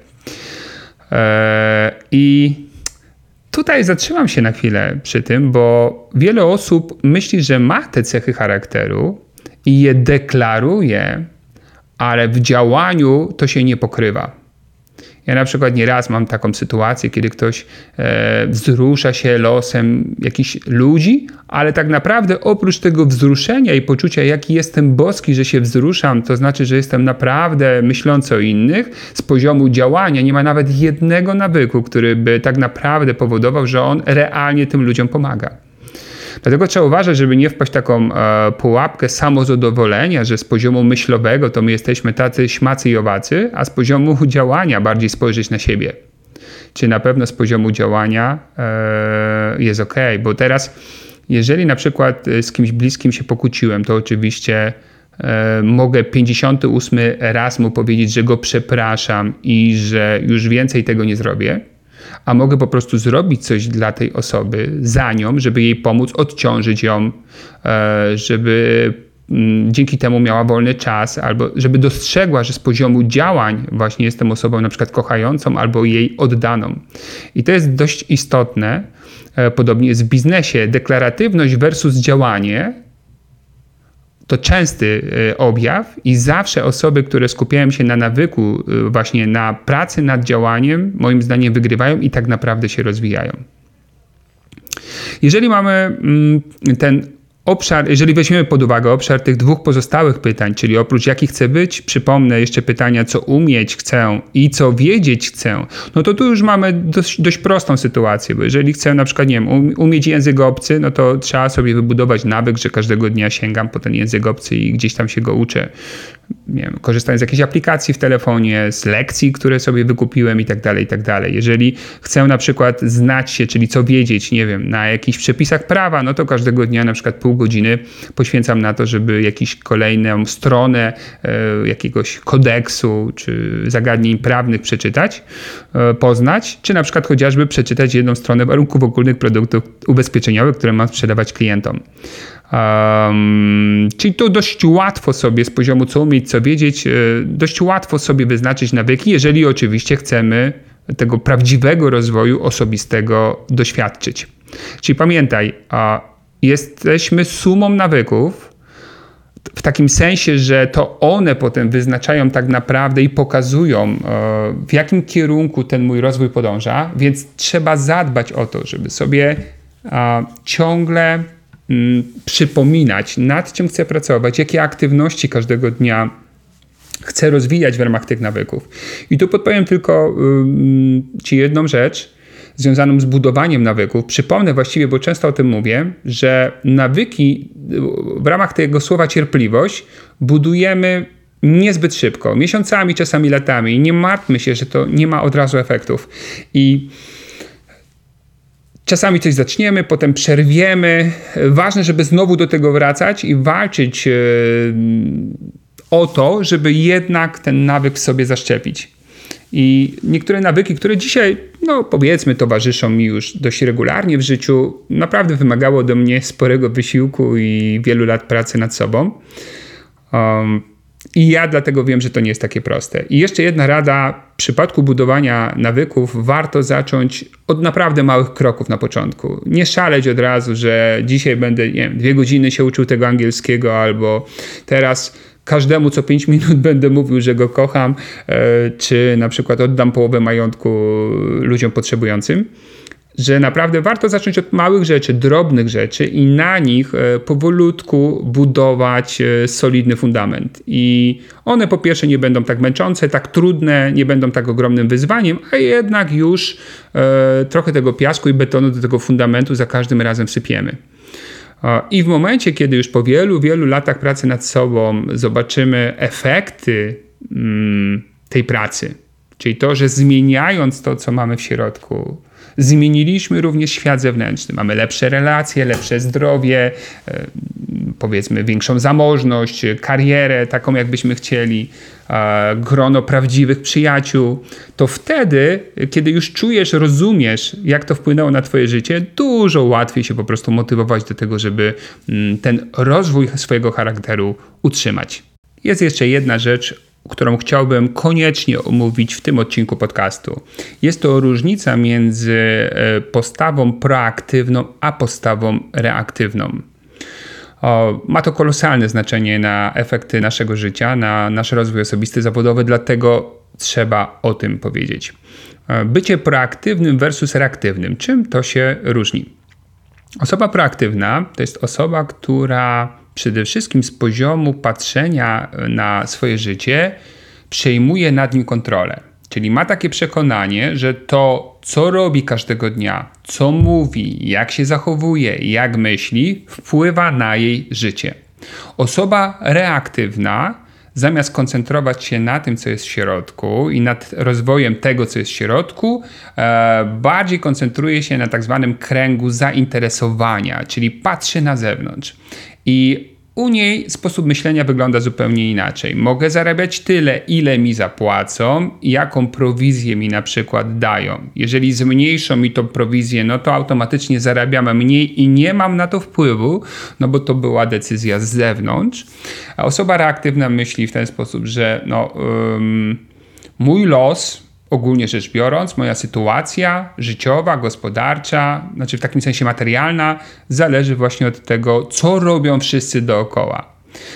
I tutaj zatrzymam się na chwilę przy tym, bo wiele osób myśli, że ma te cechy charakteru i je deklaruje, ale w działaniu to się nie pokrywa. Ja na przykład nieraz mam taką sytuację, kiedy ktoś wzrusza się losem jakichś ludzi, ale tak naprawdę oprócz tego wzruszenia i poczucia, jaki jestem boski, że się wzruszam, to znaczy, że jestem naprawdę myślący o innych, z poziomu działania nie ma nawet jednego nawyku, który by tak naprawdę powodował, że on realnie tym ludziom pomaga. Dlatego trzeba uważać, żeby nie wpaść w taką pułapkę samozadowolenia, że z poziomu myślowego to my jesteśmy tacy śmacy i owacy, a z poziomu działania bardziej spojrzeć na siebie. Czy na pewno z poziomu działania jest ok, bo teraz jeżeli na przykład z kimś bliskim się pokłóciłem, to oczywiście mogę 58 raz mu powiedzieć, że go przepraszam i że już więcej tego nie zrobię. A mogę po prostu zrobić coś dla tej osoby, za nią, żeby jej pomóc, odciążyć ją, żeby dzięki temu miała wolny czas, albo żeby dostrzegła, że z poziomu działań właśnie jestem osobą na przykład kochającą albo jej oddaną. I to jest dość istotne. Podobnie jest w biznesie. Deklaratywność versus działanie to częsty objaw i zawsze osoby, które skupiają się na nawyku, właśnie na pracy nad działaniem, moim zdaniem wygrywają i tak naprawdę się rozwijają. Jeżeli mamy ten obszar, jeżeli weźmiemy pod uwagę obszar tych dwóch pozostałych pytań, czyli oprócz jaki chcę być, przypomnę jeszcze pytania, co umieć chcę i co wiedzieć chcę, no to tu już mamy dość prostą sytuację, bo jeżeli chcę na przykład, nie wiem, umieć język obcy, no to trzeba sobie wybudować nawyk, że każdego dnia sięgam po ten język obcy i gdzieś tam się go uczę. Nie wiem, korzystając z jakiejś aplikacji w telefonie, z lekcji, które sobie wykupiłem i tak dalej, i tak dalej. Jeżeli chcę na przykład znać się, czyli co wiedzieć, nie wiem, na jakichś przepisach prawa, no to każdego dnia na przykład pół godziny poświęcam na to, żeby jakąś kolejną stronę jakiegoś kodeksu czy zagadnień prawnych przeczytać, poznać, czy na przykład chociażby przeczytać jedną stronę warunków ogólnych produktów ubezpieczeniowych, które mam sprzedawać klientom. Czyli to dość łatwo sobie z poziomu co umieć, co wiedzieć, dość łatwo sobie wyznaczyć nawyki, jeżeli oczywiście chcemy tego prawdziwego rozwoju osobistego doświadczyć. Czyli pamiętaj, jesteśmy sumą nawyków, w takim sensie, że to one potem wyznaczają tak naprawdę i pokazują, w jakim kierunku ten mój rozwój podąża, więc trzeba zadbać o to, żeby sobie ciągle przypominać, nad czym chcę pracować, jakie aktywności każdego dnia chcę rozwijać w ramach tych nawyków. I tu podpowiem tylko Ci jedną rzecz związaną z budowaniem nawyków. Przypomnę właściwie, bo często o tym mówię, że nawyki w ramach tego słowa cierpliwość budujemy niezbyt szybko, miesiącami, czasami latami. I nie martwmy się, że to nie ma od razu efektów. I czasami coś zaczniemy, potem przerwiemy. Ważne, żeby znowu do tego wracać i walczyć o to, żeby jednak ten nawyk w sobie zaszczepić. I niektóre nawyki, które dzisiaj, no powiedzmy, towarzyszą mi już dość regularnie w życiu, naprawdę wymagało ode mnie sporego wysiłku i wielu lat pracy nad sobą. I ja dlatego wiem, że to nie jest takie proste. I jeszcze jedna rada, w przypadku budowania nawyków warto zacząć od naprawdę małych kroków na początku. Nie szaleć od razu, że dzisiaj będę, nie wiem, 2 godziny się uczył tego angielskiego, albo teraz każdemu co 5 minut będę mówił, że go kocham, czy na przykład oddam połowę majątku ludziom potrzebującym. Że naprawdę warto zacząć od małych rzeczy, drobnych rzeczy i na nich powolutku budować solidny fundament. I one po pierwsze nie będą tak męczące, tak trudne, nie będą tak ogromnym wyzwaniem, a jednak już trochę tego piasku i betonu do tego fundamentu za każdym razem sypiemy. I w momencie, kiedy już po wielu, wielu latach pracy nad sobą zobaczymy efekty tej pracy, czyli to, że zmieniając to, co mamy w środku, zmieniliśmy również świat zewnętrzny. Mamy lepsze relacje, lepsze zdrowie, powiedzmy większą zamożność, karierę taką, jakbyśmy chcieli, grono prawdziwych przyjaciół. To wtedy, kiedy już czujesz, rozumiesz, jak to wpłynęło na twoje życie, dużo łatwiej się po prostu motywować do tego, żeby ten rozwój swojego charakteru utrzymać. Jest jeszcze jedna rzecz, którą chciałbym koniecznie omówić w tym odcinku podcastu. Jest to różnica między postawą proaktywną a postawą reaktywną. Ma to kolosalne znaczenie na efekty naszego życia, na nasz rozwój osobisty, zawodowy, dlatego trzeba o tym powiedzieć. Bycie proaktywnym versus reaktywnym. Czym to się różni? Osoba proaktywna to jest osoba, która przede wszystkim z poziomu patrzenia na swoje życie przejmuje nad nim kontrolę. Czyli ma takie przekonanie, że to, co robi każdego dnia, co mówi, jak się zachowuje, jak myśli, wpływa na jej życie. Osoba reaktywna, zamiast koncentrować się na tym, co jest w środku i nad rozwojem tego, co jest w środku, bardziej koncentruje się na tak zwanym kręgu zainteresowania, czyli patrzy na zewnątrz. I u niej sposób myślenia wygląda zupełnie inaczej. Mogę zarabiać tyle, ile mi zapłacą i jaką prowizję mi na przykład dają. Jeżeli zmniejszą mi tą prowizję, no to automatycznie zarabiam mniej i nie mam na to wpływu, no bo to była decyzja z zewnątrz. A osoba reaktywna myśli w ten sposób, że mój los, ogólnie rzecz biorąc, moja sytuacja życiowa, gospodarcza, znaczy w takim sensie materialna, zależy właśnie od tego, co robią wszyscy dookoła.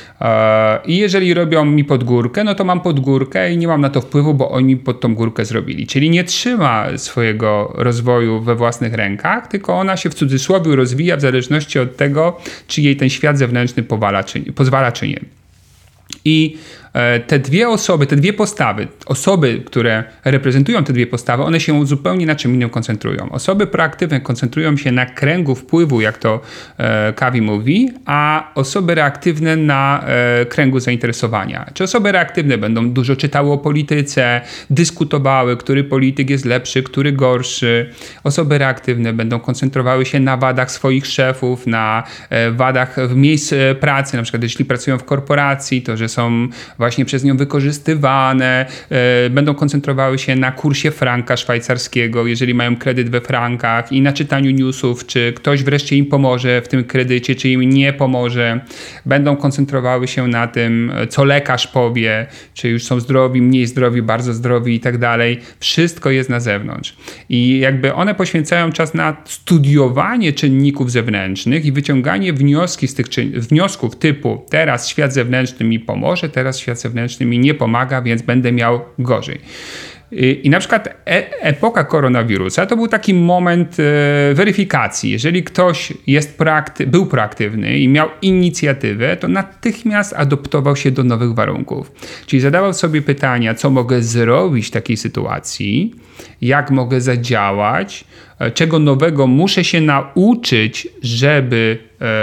I jeżeli robią mi pod górkę, no to mam pod górkę i nie mam na to wpływu, bo oni pod tą górkę zrobili. Czyli nie trzyma swojego rozwoju we własnych rękach, tylko ona się w cudzysłowie rozwija w zależności od tego, czy jej ten świat zewnętrzny pozwala czy nie. I te dwie osoby, te dwie postawy, osoby, które reprezentują te dwie postawy, one się zupełnie na czym innym koncentrują. Osoby proaktywne koncentrują się na kręgu wpływu, jak to Covey mówi, a osoby reaktywne na kręgu zainteresowania. Czy osoby reaktywne będą dużo czytały o polityce, dyskutowały, który polityk jest lepszy, który gorszy. Osoby reaktywne będą koncentrowały się na wadach swoich szefów, na wadach miejsc pracy, na przykład jeśli pracują w korporacji, to że są właśnie przez nią wykorzystywane, będą koncentrowały się na kursie franka szwajcarskiego, jeżeli mają kredyt we frankach, i na czytaniu newsów, czy ktoś wreszcie im pomoże w tym kredycie, czy im nie pomoże. Będą koncentrowały się na tym, co lekarz powie, czy już są zdrowi, mniej zdrowi, bardzo zdrowi i tak dalej. Wszystko jest na zewnątrz. I jakby one poświęcają czas na studiowanie czynników zewnętrznych i wyciąganie wniosków typu: teraz świat zewnętrzny mi pomoże, teraz świat zewnętrzny mi nie pomaga, więc będę miał gorzej. I na przykład epoka koronawirusa to był taki moment weryfikacji. Jeżeli ktoś był proaktywny i miał inicjatywę, to natychmiast adoptował się do nowych warunków. Czyli zadawał sobie pytania, co mogę zrobić w takiej sytuacji, jak mogę zadziałać, czego nowego muszę się nauczyć, żeby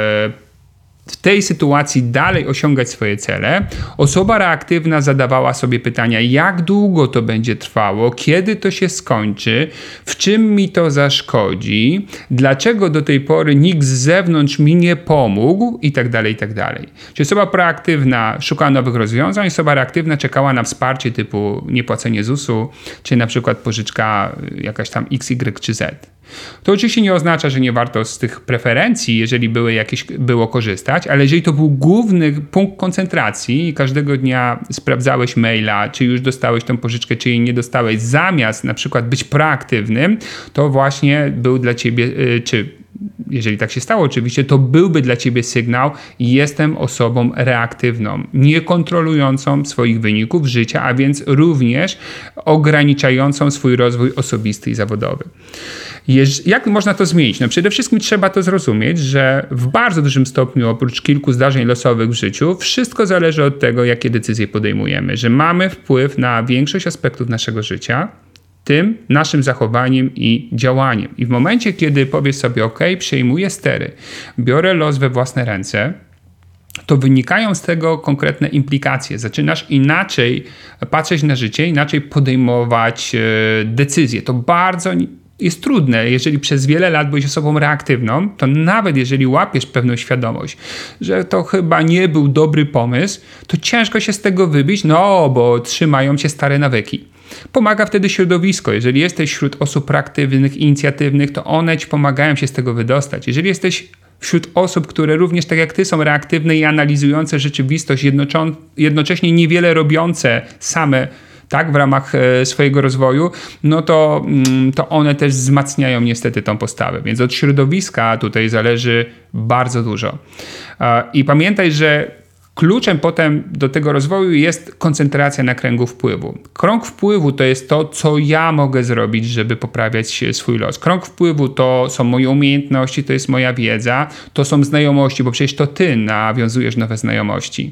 w tej sytuacji dalej osiągać swoje cele. Osoba reaktywna zadawała sobie pytania, jak długo to będzie trwało, kiedy to się skończy, w czym mi to zaszkodzi, dlaczego do tej pory nikt z zewnątrz mi nie pomógł i tak dalej, i tak dalej. Czyli osoba proaktywna szukała nowych rozwiązań, osoba reaktywna czekała na wsparcie typu niepłacenie ZUS-u, czy na przykład pożyczka jakaś tam X, Y czy Z. To oczywiście nie oznacza, że nie warto z tych preferencji, jeżeli było korzystać, ale jeżeli to był główny punkt koncentracji i każdego dnia sprawdzałeś maila, czy już dostałeś tą pożyczkę, czy jej nie dostałeś, zamiast na przykład być proaktywnym, to właśnie był dla ciebie, jeżeli tak się stało oczywiście, to byłby dla ciebie sygnał: jestem osobą reaktywną, niekontrolującą swoich wyników życia, a więc również ograniczającą swój rozwój osobisty i zawodowy. Jak można to zmienić? No przede wszystkim trzeba to zrozumieć, że w bardzo dużym stopniu, oprócz kilku zdarzeń losowych w życiu, wszystko zależy od tego, jakie decyzje podejmujemy, że mamy wpływ na większość aspektów naszego życia, tym naszym zachowaniem i działaniem. I w momencie, kiedy powiesz sobie, ok, przejmuję stery, biorę los we własne ręce, to wynikają z tego konkretne implikacje. Zaczynasz inaczej patrzeć na życie, inaczej podejmować decyzje. To bardzo jest trudne. Jeżeli przez wiele lat byłeś osobą reaktywną, to nawet jeżeli łapiesz pewną świadomość, że to chyba nie był dobry pomysł, to ciężko się z tego wybić, bo trzymają cię stare nawyki. Pomaga wtedy środowisko. Jeżeli jesteś wśród osób proaktywnych, inicjatywnych, to one ci pomagają się z tego wydostać. Jeżeli jesteś wśród osób, które również tak jak ty są reaktywne i analizujące rzeczywistość, jednocześnie niewiele robiące same, tak, w ramach swojego rozwoju, to one też wzmacniają niestety tą postawę. Więc od środowiska tutaj zależy bardzo dużo. I pamiętaj, że kluczem potem do tego rozwoju jest koncentracja na kręgu wpływu. Krąg wpływu to jest to, co ja mogę zrobić, żeby poprawiać swój los. Krąg wpływu to są moje umiejętności, to jest moja wiedza, to są znajomości, bo przecież to ty nawiązujesz nowe znajomości.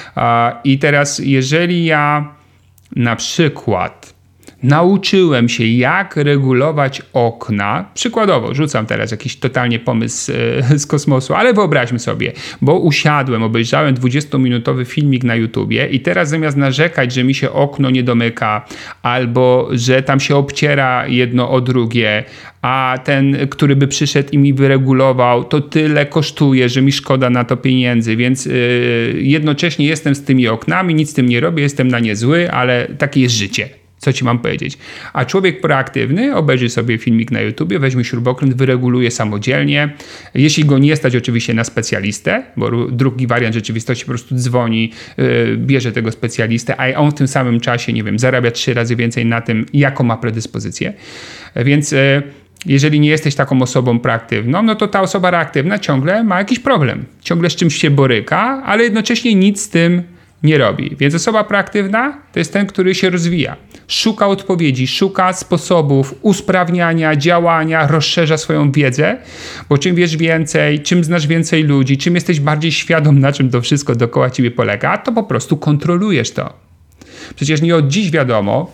I teraz, jeżeli ja na przykład nauczyłem się, jak regulować okna. Przykładowo, rzucam teraz jakiś totalnie pomysł z kosmosu, ale wyobraźmy sobie, bo usiadłem, obejrzałem 20-minutowy filmik na YouTubie i teraz zamiast narzekać, że mi się okno nie domyka, albo że tam się obciera jedno o drugie, a ten, który by przyszedł i mi wyregulował, to tyle kosztuje, że mi szkoda na to pieniędzy, więc jednocześnie jestem z tymi oknami, nic z tym nie robię, jestem na nie zły, ale takie jest życie. Co ci mam powiedzieć? A człowiek proaktywny obejrzy sobie filmik na YouTubie, weźmie śrubokręt, wyreguluje samodzielnie. Jeśli go nie stać oczywiście na specjalistę, bo drugi wariant rzeczywistości po prostu dzwoni, bierze tego specjalistę, a on w tym samym czasie, zarabia 3 razy więcej na tym, jaką ma predyspozycję. Więc jeżeli nie jesteś taką osobą proaktywną, to ta osoba reaktywna ciągle ma jakiś problem. Ciągle z czymś się boryka, ale jednocześnie nic z tym nie robi. Więc osoba proaktywna to jest ten, który się rozwija. Szuka odpowiedzi, szuka sposobów usprawniania, działania, rozszerza swoją wiedzę, bo czym wiesz więcej, czym znasz więcej ludzi, czym jesteś bardziej świadom, na czym to wszystko dookoła ciebie polega, to po prostu kontrolujesz to. Przecież nie od dziś wiadomo,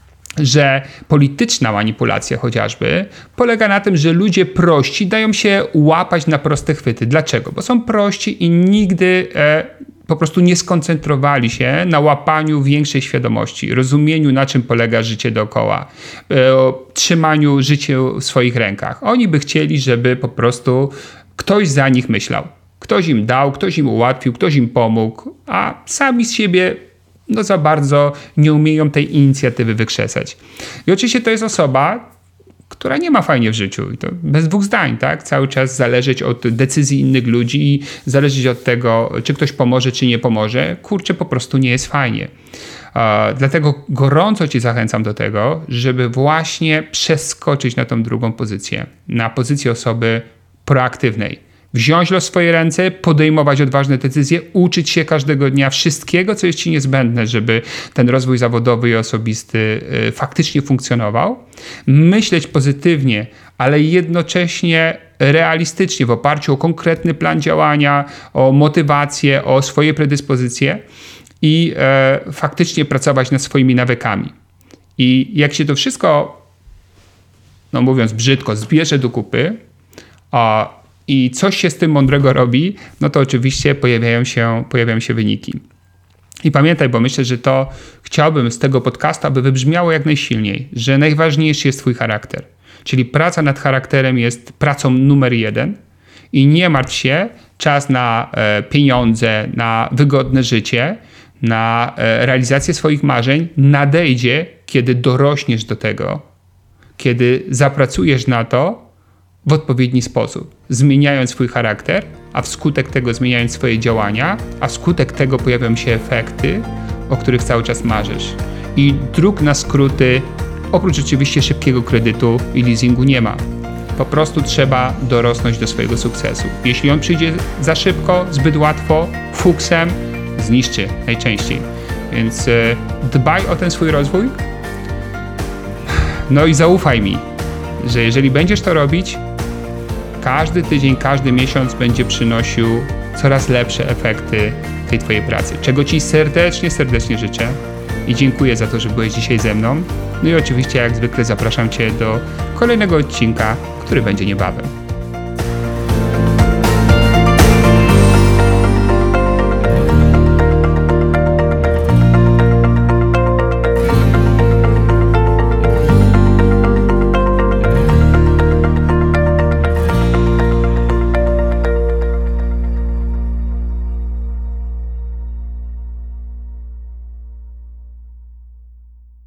że polityczna manipulacja chociażby polega na tym, że ludzie prości dają się łapać na proste chwyty. Dlaczego? Bo są prości i nigdy po prostu nie skoncentrowali się na łapaniu większej świadomości, rozumieniu, na czym polega życie dookoła, trzymaniu życia w swoich rękach. Oni by chcieli, żeby po prostu ktoś za nich myślał. Ktoś im dał, ktoś im ułatwił, ktoś im pomógł, a sami z siebie za bardzo nie umieją tej inicjatywy wykrzesać. I oczywiście to jest osoba, która nie ma fajnie w życiu i to bez dwóch zdań, tak? Cały czas zależeć od decyzji innych ludzi i zależeć od tego, czy ktoś pomoże, czy nie pomoże, po prostu nie jest fajnie. Dlatego gorąco cię zachęcam do tego, żeby właśnie przeskoczyć na tą drugą pozycję, na pozycję osoby proaktywnej. Wziąć los w swoje ręce, podejmować odważne decyzje, uczyć się każdego dnia wszystkiego, co jest ci niezbędne, żeby ten rozwój zawodowy i osobisty faktycznie funkcjonował. Myśleć pozytywnie, ale jednocześnie realistycznie, w oparciu o konkretny plan działania, o motywację, o swoje predyspozycje i faktycznie pracować nad swoimi nawykami. I jak się to wszystko, mówiąc brzydko, zbierze do kupy, i coś się z tym mądrego robi, to oczywiście pojawiają się wyniki. I pamiętaj, bo myślę, że to chciałbym z tego podcastu, aby wybrzmiało jak najsilniej, że najważniejszy jest twój charakter. Czyli praca nad charakterem jest pracą numer 1 i nie martw się, czas na pieniądze, na wygodne życie, na realizację swoich marzeń nadejdzie, kiedy dorośniesz do tego, kiedy zapracujesz na to, w odpowiedni sposób, zmieniając swój charakter, a wskutek tego zmieniając swoje działania, a wskutek tego pojawią się efekty, o których cały czas marzysz. I dróg na skróty, oprócz oczywiście szybkiego kredytu i leasingu nie ma. Po prostu trzeba dorosnąć do swojego sukcesu. Jeśli on przyjdzie za szybko, zbyt łatwo, fuksem, zniszczy najczęściej. Więc dbaj o ten swój rozwój. I zaufaj mi, że jeżeli będziesz to robić, każdy tydzień, każdy miesiąc będzie przynosił coraz lepsze efekty tej twojej pracy. Czego ci serdecznie życzę. i dziękuję za to, że byłeś dzisiaj ze mną. No i oczywiście jak zwykle zapraszam Cię do kolejnego odcinka, który będzie niebawem.